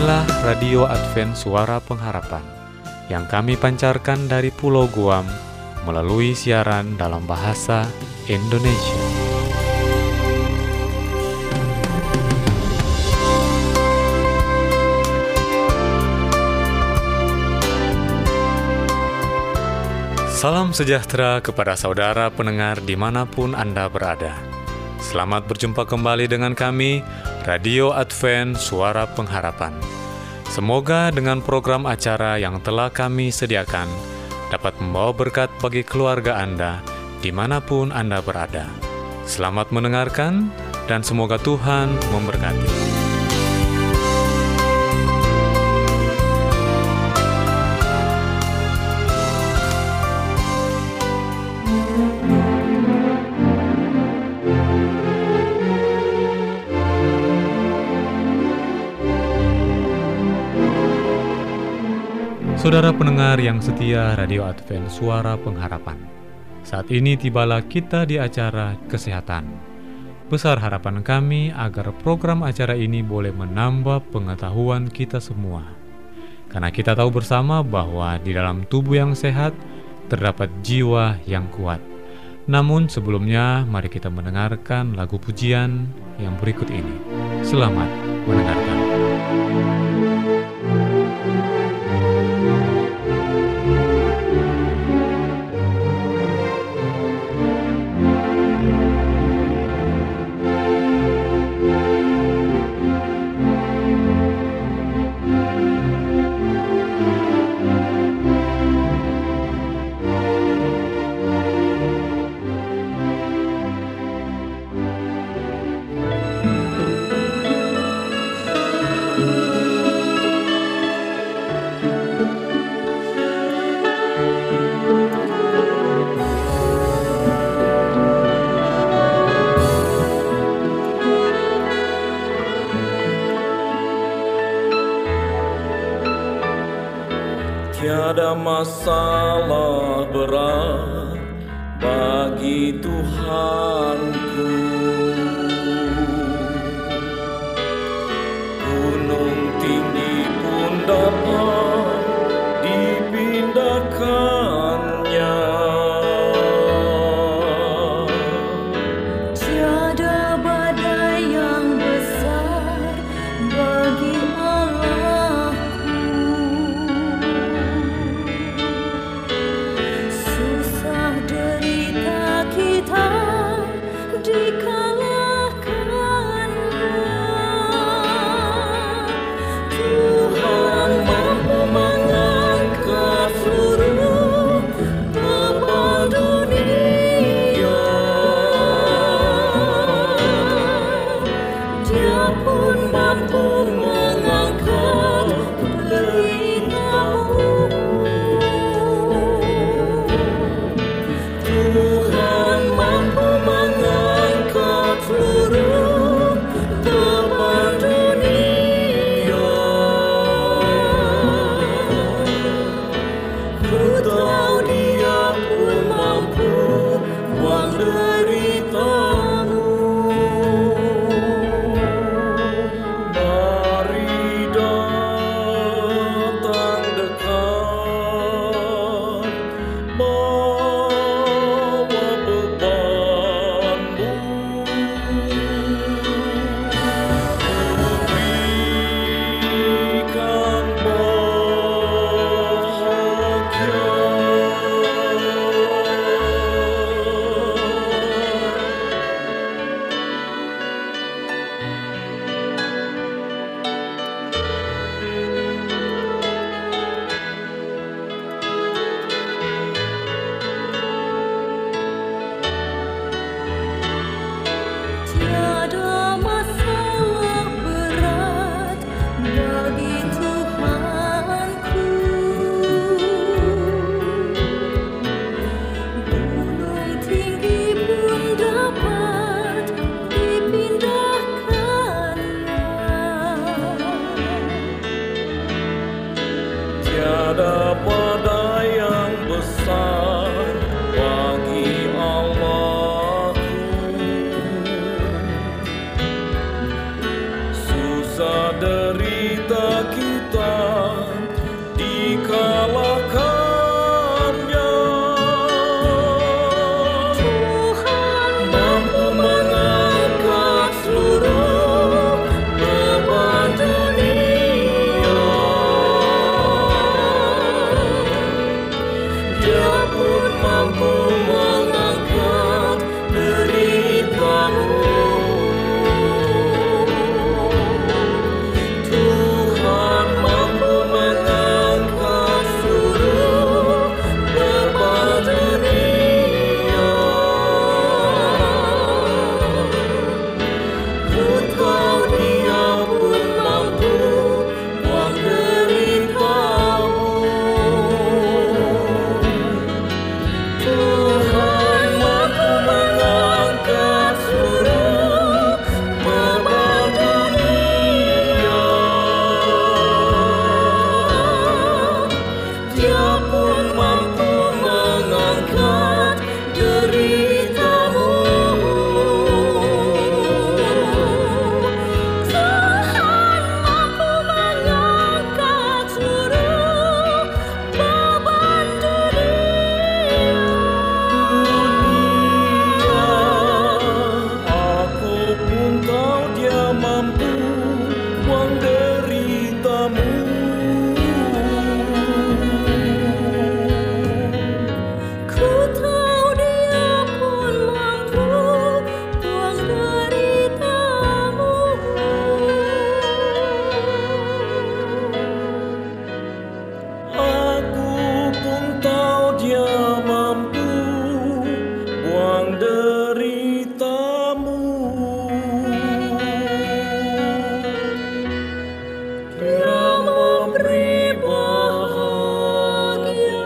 Inilah Radio Advent Suara Pengharapan yang kami pancarkan dari Pulau Guam melalui siaran dalam bahasa Indonesia. Salam sejahtera kepada saudara pendengar dimanapun Anda berada. Selamat berjumpa kembali dengan kami, Radio Advent Suara Pengharapan. Semoga dengan program acara yang telah kami sediakan dapat membawa berkat bagi keluarga Anda dimanapun Anda berada. Selamat mendengarkan dan semoga Tuhan memberkati. Saudara pendengar yang setia Radio Advent Suara Pengharapan, saat ini tibalah kita di acara kesehatan. Besar harapan kami agar program acara ini boleh menambah pengetahuan kita semua. Karena kita tahu bersama bahwa di dalam tubuh yang sehat terdapat jiwa yang kuat. Namun sebelumnya mari kita mendengarkan lagu pujian yang berikut ini. Selamat mendengarkan. Tiada masalah berat bagi Tuhanku. Gunung tinggi pun dapat dipindahkannya. Tiada badai yang besar bagi Tiada badai yang besar bagi Allahku. Susah derita kita buang deritamu. Ku tahu Dia pun mampu buang deritamu. Aku pun tahu Dia mampu buang deritamu. Dia memberi bahagia.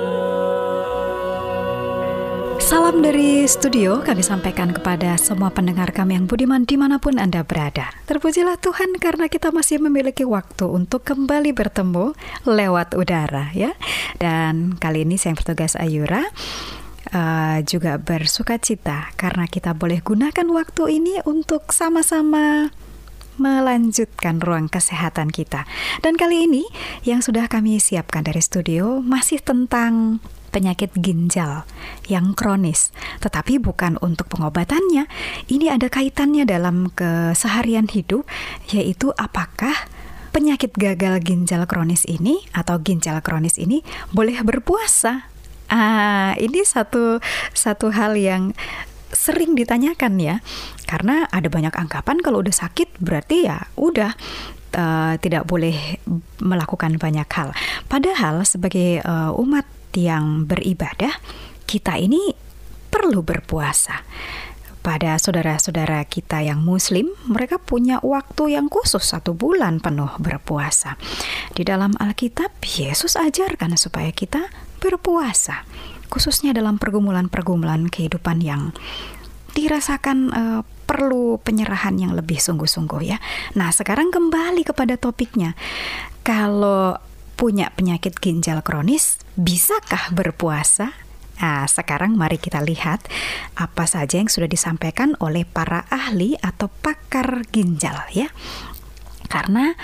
Salam dari studio kami sampaikan kepada semua pendengar kami yang budiman dimanapun Anda berada. Terpujilah Tuhan karena kita masih memiliki waktu untuk kembali bertemu lewat udara ya. Dan kali ini saya yang bertugas Ayura juga bersuka cita karena kita boleh gunakan waktu ini untuk sama-sama melanjutkan ruang kesehatan kita. Dan kali ini yang sudah kami siapkan dari studio masih tentang penyakit ginjal yang kronis, tetapi bukan untuk pengobatannya. Ini ada kaitannya dalam keseharian hidup, yaitu apakah penyakit gagal ginjal kronis ini atau ginjal kronis ini boleh berpuasa? Ini satu hal yang sering ditanyakan ya, karena ada banyak anggapan kalau udah sakit berarti ya udah tidak boleh melakukan banyak hal. Padahal sebagai umat yang beribadah, kita ini perlu berpuasa. Pada saudara-saudara kita yang muslim, mereka punya waktu yang khusus 1 bulan penuh berpuasa. Di dalam Alkitab, Yesus ajarkan supaya kita berpuasa, khususnya dalam pergumulan-pergumulan kehidupan yang dirasakan perlu penyerahan yang lebih sungguh-sungguh ya. Nah, sekarang kembali kepada topiknya. Kalau punya penyakit ginjal kronis, bisakah berpuasa? Nah, sekarang mari kita lihat apa saja yang sudah disampaikan oleh para ahli atau pakar ginjal ya. Karena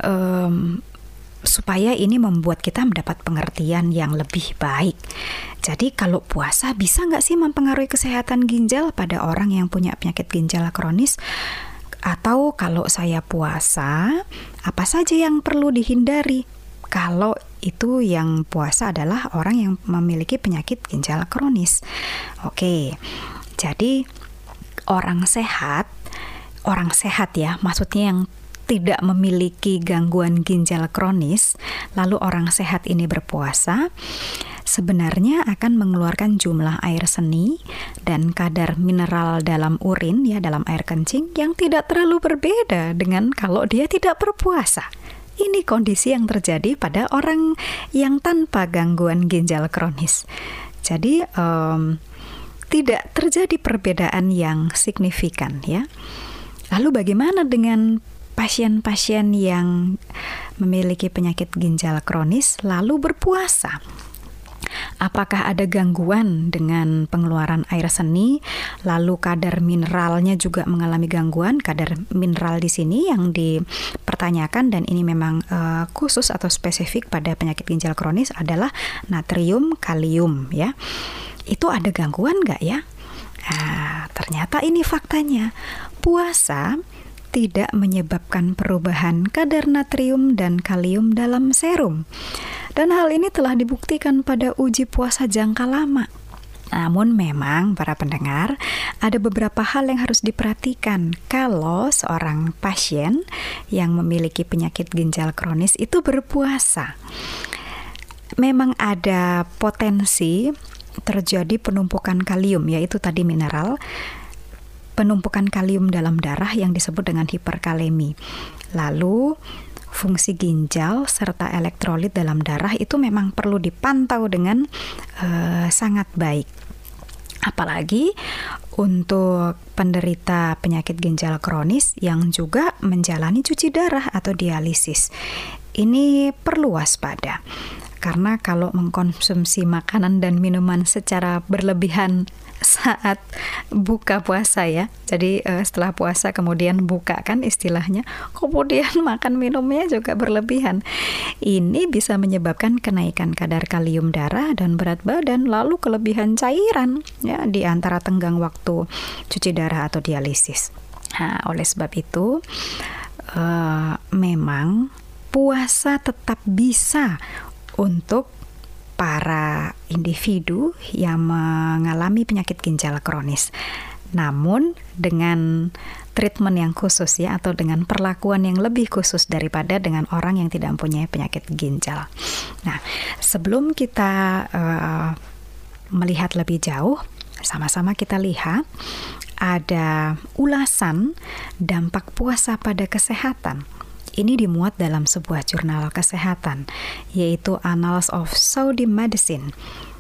supaya ini membuat kita mendapat pengertian yang lebih baik. Jadi kalau puasa bisa nggak sih mempengaruhi kesehatan ginjal pada orang yang punya penyakit ginjal kronis? Atau kalau saya puasa, apa saja yang perlu dihindari? Kalau itu yang puasa adalah orang yang memiliki penyakit ginjal kronis. Oke, jadi orang sehat ya, maksudnya yang tidak memiliki gangguan ginjal kronis, lalu orang sehat ini berpuasa, sebenarnya akan mengeluarkan jumlah air seni dan kadar mineral dalam urin ya, dalam air kencing yang tidak terlalu berbeda dengan kalau dia tidak berpuasa. Ini kondisi yang terjadi pada orang yang tanpa gangguan ginjal kronis. Jadi tidak terjadi perbedaan yang signifikan ya. Lalu bagaimana dengan pasien-pasien yang memiliki penyakit ginjal kronis lalu berpuasa? Apakah ada gangguan dengan pengeluaran air seni, lalu kadar mineralnya juga mengalami gangguan? Kadar mineral di sini yang dipertanyakan, dan ini memang khusus atau spesifik pada penyakit ginjal kronis, adalah natrium, kalium ya. Itu ada gangguan nggak ya? Ternyata ini faktanya. Puasa tidak menyebabkan perubahan kadar natrium dan kalium dalam serum. Dan hal ini telah dibuktikan pada uji puasa jangka lama. Namun memang para pendengar, ada beberapa hal yang harus diperhatikan kalau seorang pasien yang memiliki penyakit ginjal kronis itu berpuasa. Memang ada potensi terjadi penumpukan kalium, yaitu tadi mineral, penumpukan kalium dalam darah yang disebut dengan hiperkalemi. Lalu fungsi ginjal serta elektrolit dalam darah itu memang perlu dipantau dengan sangat baik. Apalagi untuk penderita penyakit ginjal kronis yang juga menjalani cuci darah atau dialisis. Ini perlu waspada. Karena kalau mengkonsumsi makanan dan minuman secara berlebihan saat buka puasa ya, jadi setelah puasa kemudian buka kan istilahnya, kemudian makan minumnya juga berlebihan, ini bisa menyebabkan kenaikan kadar kalium darah dan berat badan, lalu kelebihan cairan ya di antara tenggang waktu cuci darah atau dialisis. Nah, oleh sebab itu memang puasa tetap bisa untuk para individu yang mengalami penyakit ginjal kronis. Namun dengan treatment yang khusus ya, atau dengan perlakuan yang lebih khusus daripada dengan orang yang tidak mempunyai penyakit ginjal. Nah, sebelum kita melihat lebih jauh, sama-sama kita lihat ada ulasan dampak puasa pada kesehatan. Ini dimuat dalam sebuah jurnal kesehatan, yaitu Annals of Saudi Medicine.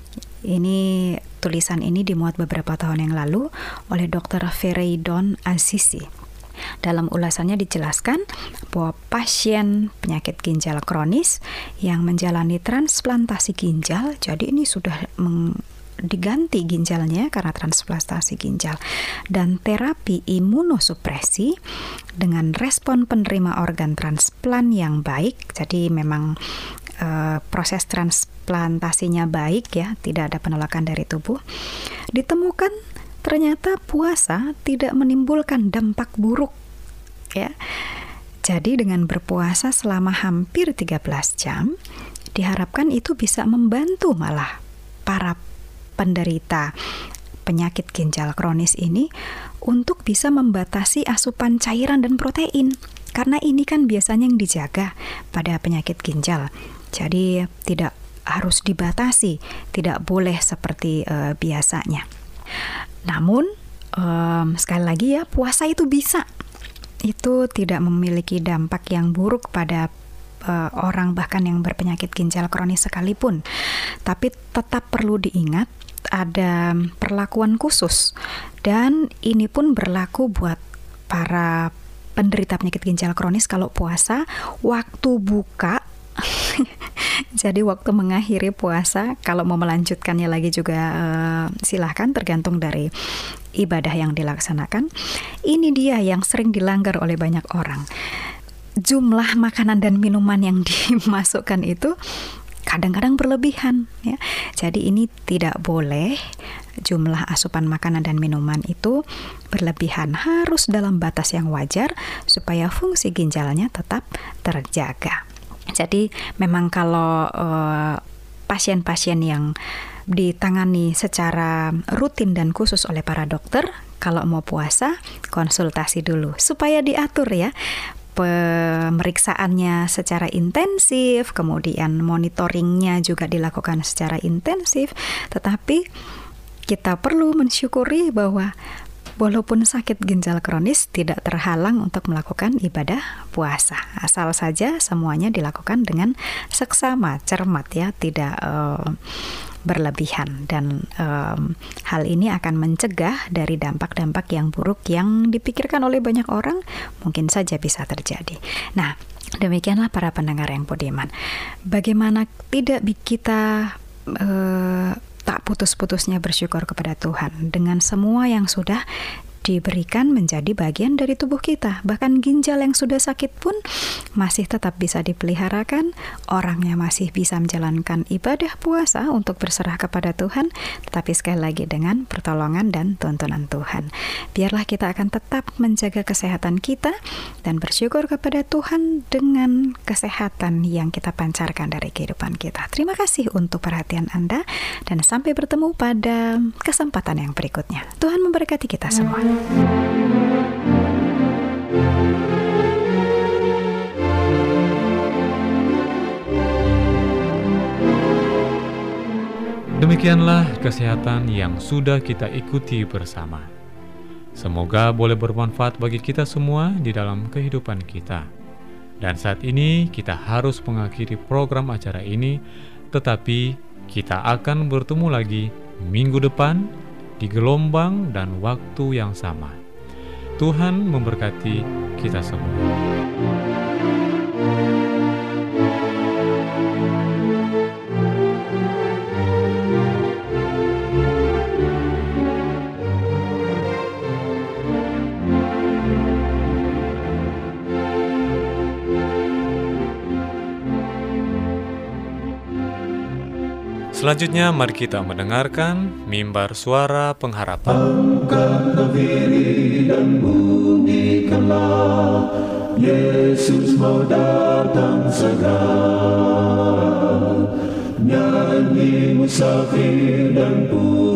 Tulisan ini dimuat beberapa tahun yang lalu oleh Dr. Fereidon Azizi. Dalam ulasannya dijelaskan bahwa pasien penyakit ginjal kronis yang menjalani transplantasi ginjal, jadi ini sudah diganti ginjalnya karena transplantasi ginjal, dan terapi imunosupresi dengan respon penerima organ transplant yang baik. Jadi memang proses transplantasinya baik ya, tidak ada penolakan dari tubuh. Ditemukan ternyata puasa tidak menimbulkan dampak buruk ya. Jadi dengan berpuasa selama hampir 13 jam diharapkan itu bisa membantu malah para penderita penyakit ginjal kronis ini untuk bisa membatasi asupan cairan dan protein. Karena ini kan biasanya yang dijaga pada penyakit ginjal. Jadi tidak harus dibatasi, tidak boleh seperti biasanya. Namun sekali lagi ya, puasa itu bisa. Itu tidak memiliki dampak yang buruk pada orang bahkan yang berpenyakit ginjal kronis sekalipun. Tapi tetap perlu diingat ada perlakuan khusus, dan ini pun berlaku buat para penderita penyakit ginjal kronis. Kalau puasa, waktu buka jadi waktu mengakhiri puasa, kalau mau melanjutkannya lagi juga silahkan, tergantung dari ibadah yang dilaksanakan. Ini dia yang sering dilanggar oleh banyak orang. Jumlah makanan dan minuman yang dimasukkan itu kadang-kadang berlebihan ya. Jadi ini tidak boleh, jumlah asupan makanan dan minuman itu berlebihan, harus dalam batas yang wajar supaya fungsi ginjalnya tetap terjaga. Jadi memang kalau pasien-pasien yang ditangani secara rutin dan khusus oleh para dokter, kalau mau puasa konsultasi dulu supaya diatur ya. Pemeriksaannya secara intensif, kemudian monitoringnya juga dilakukan secara intensif. Tetapi kita perlu mensyukuri bahwa walaupun sakit ginjal kronis tidak terhalang untuk melakukan ibadah puasa, asal saja semuanya dilakukan dengan seksama, cermat ya, tidak berlebihan. Dan hal ini akan mencegah dari dampak-dampak yang buruk yang dipikirkan oleh banyak orang mungkin saja bisa terjadi. Nah, demikianlah para pendengar yang budiman. Bagaimana tidak kita tak putus-putusnya bersyukur kepada Tuhan dengan semua yang sudah diberikan menjadi bagian dari tubuh kita. Bahkan ginjal yang sudah sakit pun masih tetap bisa dipeliharakan, orangnya masih bisa menjalankan ibadah puasa untuk berserah kepada Tuhan, tetapi sekali lagi dengan pertolongan dan tuntunan Tuhan. Biarlah kita akan tetap menjaga kesehatan kita dan bersyukur kepada Tuhan dengan kesehatan yang kita pancarkan dari kehidupan kita. Terima kasih untuk perhatian Anda, dan sampai bertemu pada kesempatan yang berikutnya. Tuhan memberkati kita semua. Demikianlah kesehatan yang sudah kita ikuti bersama. Semoga boleh bermanfaat bagi kita semua di dalam kehidupan kita. Dan saat ini kita harus mengakhiri program acara ini, tetapi kita akan bertemu lagi minggu depan di gelombang dan waktu yang sama. Tuhan memberkati kita semua. Selanjutnya mari kita mendengarkan mimbar suara pengharapan. Angkatlah diri dan bunyikanlah Yesus mau datang segera. Nyanyi musafir dan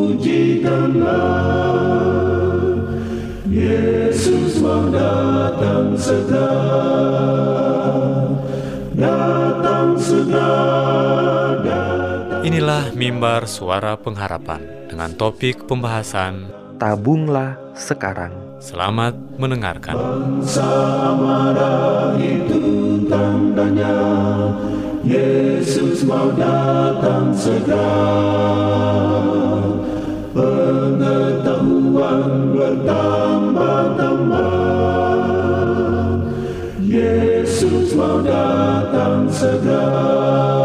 pujikanlah, Yesus mau datang segera. Datang segera, datang. Inilah Mimbar Suara Pengharapan dengan topik pembahasan Tabunglah sekarang. Selamat mendengarkan. Bangsa marah itu tandanya, Yesus mau datang segera. Pengetahuan bertambah-tambah, Yesus mau datang segera.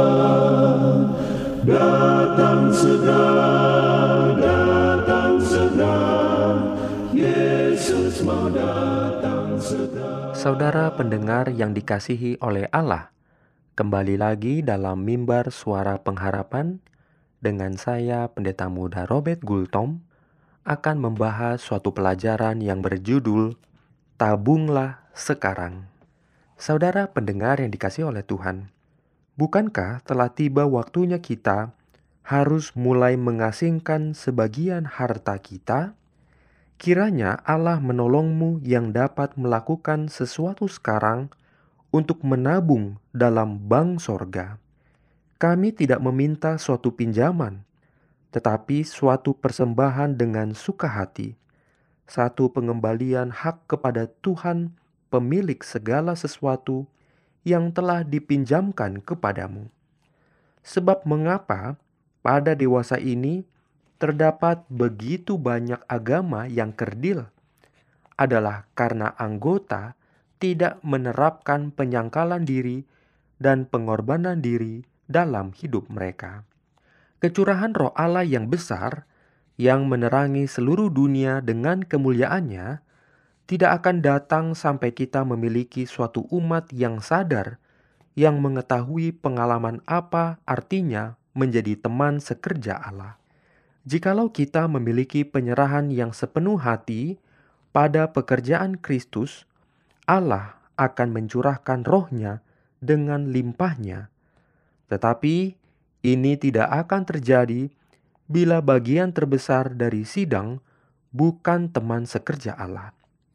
Datang segera, datang segera, Yesus mau datang segera. Saudara pendengar yang dikasihi oleh Allah, kembali lagi dalam Mimbar Suara Pengharapan dengan saya Pendeta Muda Robert Gultom akan membahas suatu pelajaran yang berjudul Tabunglah Sekarang. Saudara pendengar yang dikasihi oleh Tuhan, bukankah telah tiba waktunya kita harus mulai mengasingkan sebagian harta kita? Kiranya Allah menolongmu yang dapat melakukan sesuatu sekarang untuk menabung dalam bank sorga. Kami tidak meminta suatu pinjaman, tetapi suatu persembahan dengan suka hati, satu pengembalian hak kepada Tuhan, pemilik segala sesuatu yang telah dipinjamkan kepadamu. Sebab mengapa pada dewasa ini terdapat begitu banyak agama yang kerdil? Adalah karena anggota tidak menerapkan penyangkalan diri dan pengorbanan diri dalam hidup mereka. Kecurahan Roh Allah yang besar, yang menerangi seluruh dunia dengan kemuliaannya, tidak akan datang sampai kita memiliki suatu umat yang sadar, yang mengetahui pengalaman apa artinya menjadi teman sekerja Allah. Jikalau kita memiliki penyerahan yang sepenuh hati pada pekerjaan Kristus, Allah akan mencurahkan Roh-Nya dengan limpahnya. Tetapi ini tidak akan terjadi bila bagian terbesar dari sidang bukan teman sekerja Allah.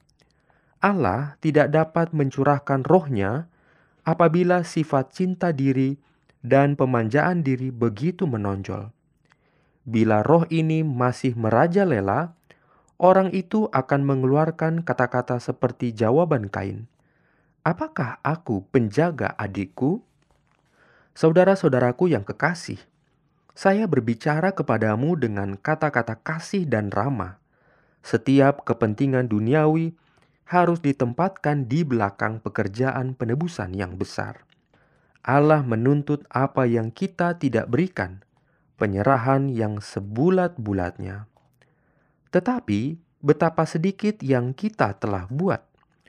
Allah tidak dapat mencurahkan Roh-Nya apabila sifat cinta diri dan pemanjaan diri begitu menonjol. Bila roh ini masih merajalela, orang itu akan mengeluarkan kata-kata seperti jawaban Kain. Apakah aku penjaga adikku? Saudara-saudaraku yang kekasih, saya berbicara kepadamu dengan kata-kata kasih dan ramah. Setiap kepentingan duniawi harus ditempatkan di belakang pekerjaan penebusan yang besar. Allah menuntut apa yang kita tidak berikan, penyerahan yang sebulat-bulatnya. Tetapi betapa sedikit yang kita telah buat.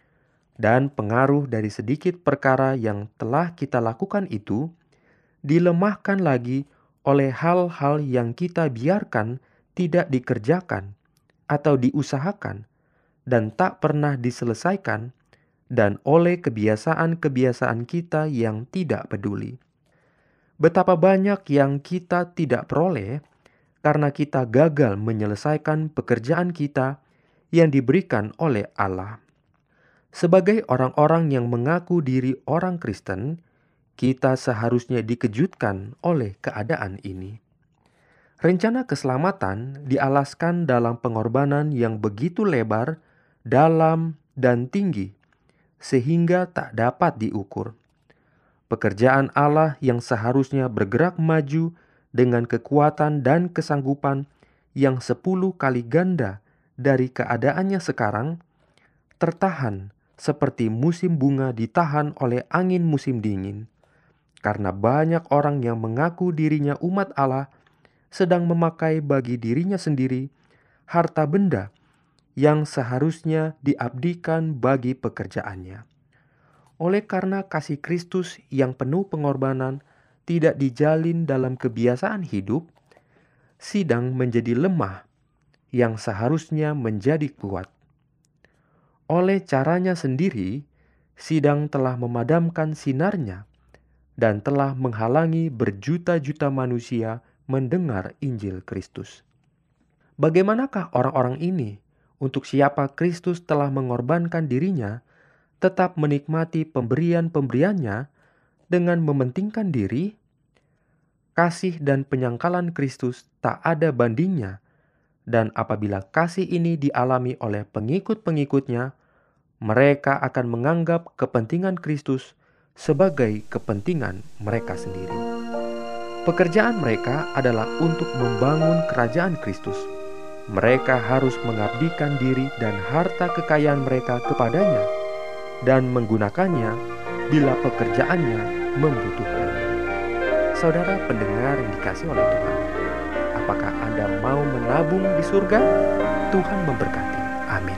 Dan pengaruh dari sedikit perkara yang telah kita lakukan itu dilemahkan lagi oleh hal-hal yang kita biarkan tidak dikerjakan atau diusahakan dan tak pernah diselesaikan, dan oleh kebiasaan-kebiasaan kita yang tidak peduli. Betapa banyak yang kita tidak peroleh karena kita gagal menyelesaikan pekerjaan kita yang diberikan oleh Allah. Sebagai orang-orang yang mengaku diri orang Kristen, kita seharusnya dikejutkan oleh keadaan ini. Rencana keselamatan dialaskan dalam pengorbanan yang begitu lebar, dalam, dan tinggi, sehingga tak dapat diukur. Pekerjaan Allah yang seharusnya bergerak maju dengan kekuatan dan kesanggupan yang 10 kali ganda dari keadaannya sekarang, tertahan seperti musim bunga ditahan oleh angin musim dingin. Karena banyak orang yang mengaku dirinya umat Allah sedang memakai bagi dirinya sendiri harta benda yang seharusnya diabdikan bagi pekerjaannya. Oleh karena kasih Kristus yang penuh pengorbanan tidak dijalin dalam kebiasaan hidup, sidang menjadi lemah yang seharusnya menjadi kuat. Oleh caranya sendiri, sidang telah memadamkan sinarnya dan telah menghalangi berjuta-juta manusia mendengar Injil Kristus. Bagaimanakah orang-orang ini, untuk siapa Kristus telah mengorbankan dirinya, tetap menikmati pemberian-pemberiannya dengan mementingkan diri? Kasih dan penyangkalan Kristus tak ada bandingnya, dan apabila kasih ini dialami oleh pengikut-pengikutnya, mereka akan menganggap kepentingan Kristus sebagai kepentingan mereka sendiri. Pekerjaan mereka adalah untuk membangun kerajaan Kristus. Mereka harus mengabdikan diri dan harta kekayaan mereka kepadanya dan menggunakannya bila pekerjaannya membutuhkan. Saudara pendengar yang dikasihi oleh Tuhan, apakah Anda mau menabung di surga? Tuhan memberkati. Amin.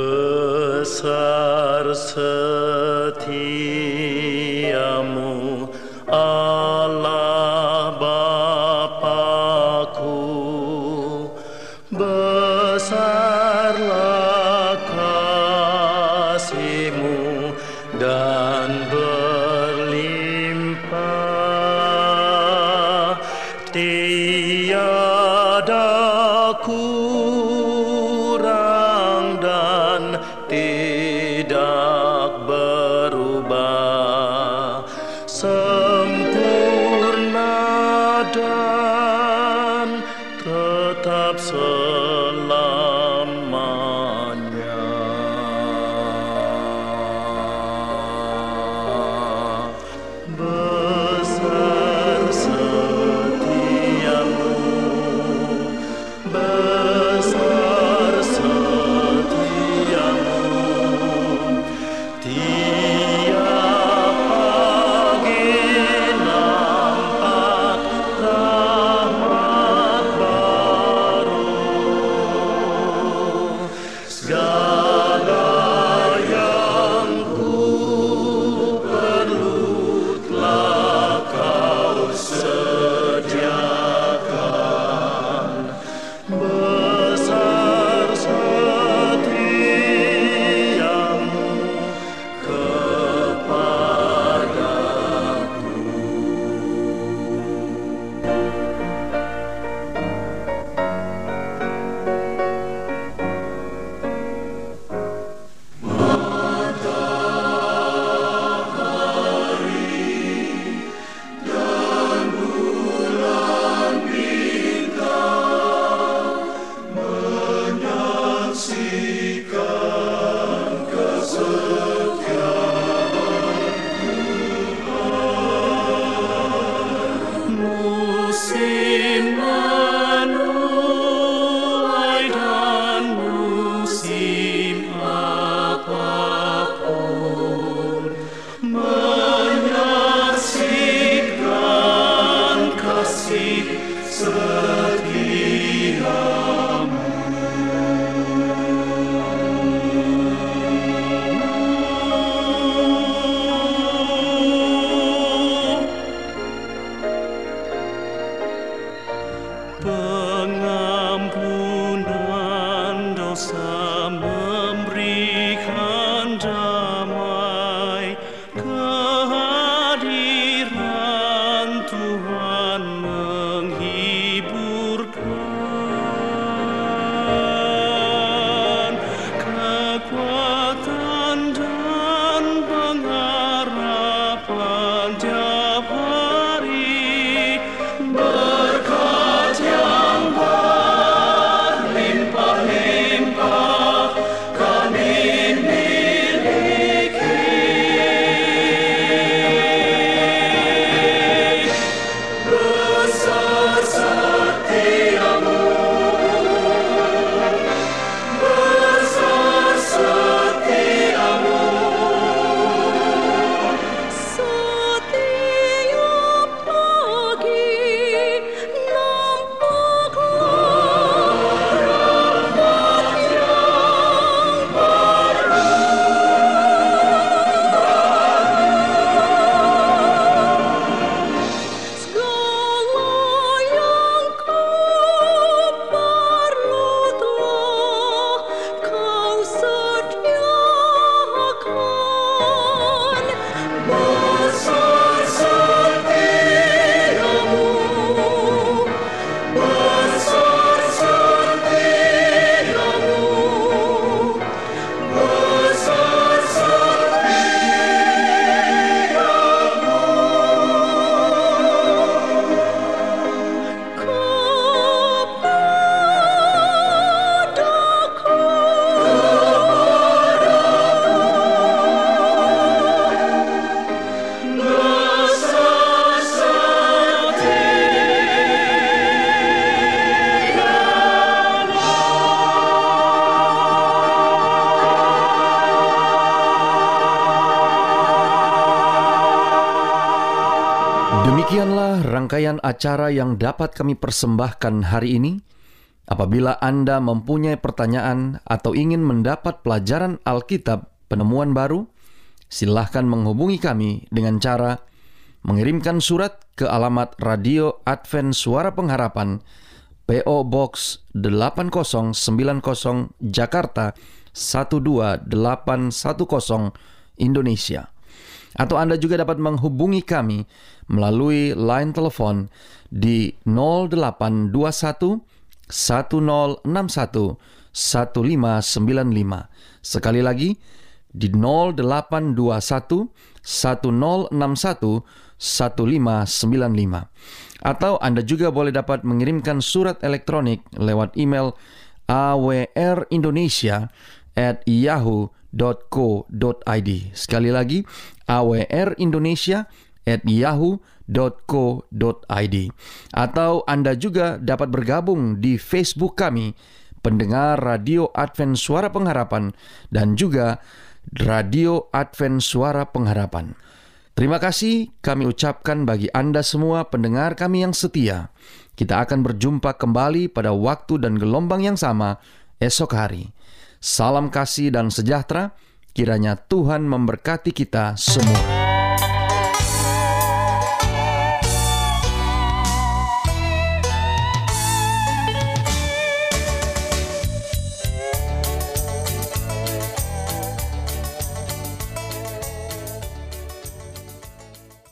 Besar setiamu Allah Bapa-Ku, besarlah kasih-Mu dan berlimpah, tiada kurang dan tidak berubah, sempurna dan tetap selamanya. Besar setiamu, besar setiamu, tiap pagi Demikianlah rangkaian acara yang dapat kami persembahkan hari ini. Apabila Anda mempunyai pertanyaan atau ingin mendapat pelajaran Alkitab penemuan baru, silahkan menghubungi kami dengan cara mengirimkan surat ke alamat Radio Advent Suara Pengharapan, P.O. Box 8090 Jakarta 12810 Indonesia. Atau Anda juga dapat menghubungi kami melalui line telepon di 0821 1061 1595. Sekali lagi di 0821 1061 1595. Atau Anda juga boleh dapat mengirimkan surat elektronik lewat email awrindonesia@yahoo.co.id. Sekali lagi, awrindonesia@yahoo.co.id. Atau Anda juga dapat bergabung di Facebook kami, Pendengar Radio Advent Suara Pengharapan, dan juga Radio Advent Suara Pengharapan. Terima kasih kami ucapkan bagi Anda semua pendengar kami yang setia. Kita akan berjumpa kembali pada waktu dan gelombang yang sama esok hari. Salam kasih dan sejahtera, kiranya Tuhan memberkati kita semua.